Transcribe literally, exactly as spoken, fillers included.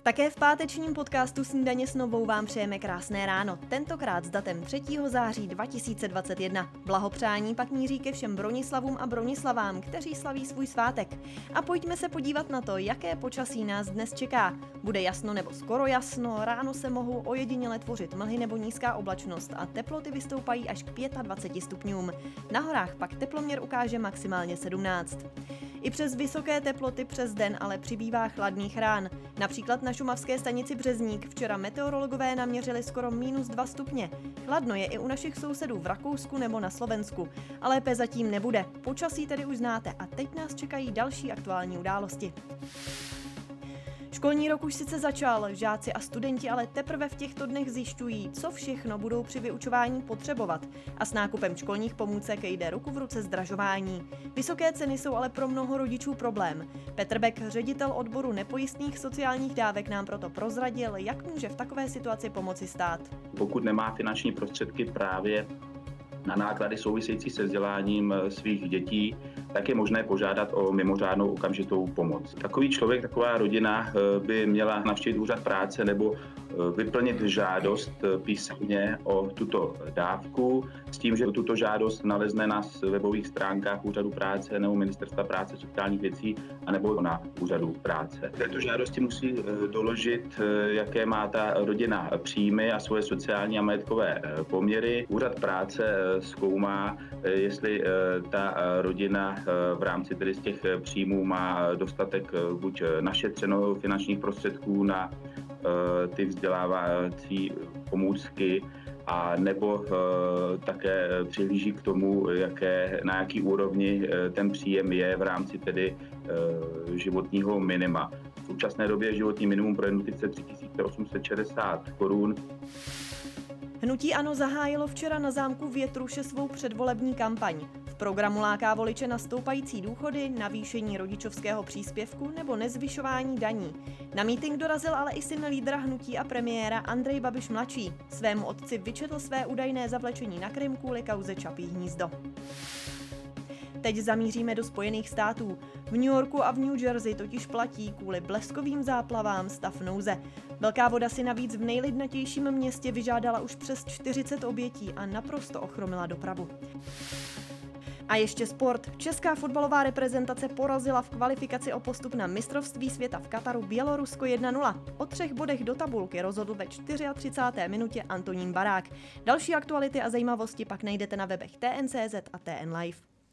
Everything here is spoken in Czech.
Také v pátečním podcastu Snídaně s Novou vám přejeme krásné ráno, tentokrát s datem třetího září dva tisíce dvacet jedna. Blahopřání pak míří ke všem Bronislavům a Bronislavám, kteří slaví svůj svátek. A pojďme se podívat na to, jaké počasí nás dnes čeká. Bude jasno nebo skoro jasno, ráno se mohou ojediněle tvořit mlhy nebo nízká oblačnost a teploty vystoupají až k dvaceti pěti stupňům. Na horách pak teploměr ukáže maximálně sedmnáct. I přes vysoké teploty přes den ale přibývá chladných rán. Například na šumavské stanici Březník včera meteorologové naměřili skoro minus dva stupně. Chladno je i u našich sousedů v Rakousku nebo na Slovensku. A lépe zatím nebude. Počasí tedy už znáte a teď nás čekají další aktuální události. Školní rok už sice začal, žáci a studenti ale teprve v těchto dnech zjišťují, co všechno budou při vyučování potřebovat. A s nákupem školních pomůcek jde ruku v ruce zdražování. Vysoké ceny jsou ale pro mnoho rodičů problém. Petr Bek, ředitel odboru nepojistných sociálních dávek, nám proto prozradil, jak může v takové situaci pomoci stát. Pokud nemá finanční prostředky právě na náklady související se vzděláním svých dětí, tak je možné požádat o mimořádnou okamžitou pomoc. Takový člověk, taková rodina by měla navštívit úřad práce nebo vyplnit žádost písemně o tuto dávku s tím, že tuto žádost nalezne na webových stránkách úřadu práce nebo Ministerstva práce a sociálních věcí anebo na úřadu práce. V této žádosti musí doložit, jaké má ta rodina příjmy a svoje sociální a majetkové poměry. Úřad práce zkoumá, jestli ta rodina v rámci tedy z těch příjmů má dostatek buď našetřeno finančních prostředků na ty vzdělávací pomůcky, a nebo také přihlíží k tomu, jaké, na jaký úrovni ten příjem je v rámci tedy životního minima. V současné době je životní minimum pro jednotlivce tři tisíce osm set šedesát korun. Hnutí ANO zahájilo včera na zámku Větruše svou předvolební kampaň. V programu láká voliče na stoupající důchody, navýšení rodičovského příspěvku nebo nezvyšování daní. Na mítink dorazil ale i syn lídra hnutí a premiéra Andrej Babiš mladší. Svému otci vyčetl své údajné zavlečení na Krym kvůli kauze Čapí hnízdo. Teď zamíříme do Spojených států. V New Yorku a v New Jersey totiž platí kvůli bleskovým záplavám stav nouze. Velká voda si navíc v nejlidnatějším městě vyžádala už přes čtyřicet obětí a naprosto ochromila dopravu. A ještě sport. Česká fotbalová reprezentace porazila v kvalifikaci o postup na mistrovství světa v Kataru Bělorusko jedna nula. O třech bodech do tabulky rozhodl ve třicáté čtvrté minutě Antonín Barák. Další aktuality a zajímavosti pak najdete na webech T N C Z a T N Live.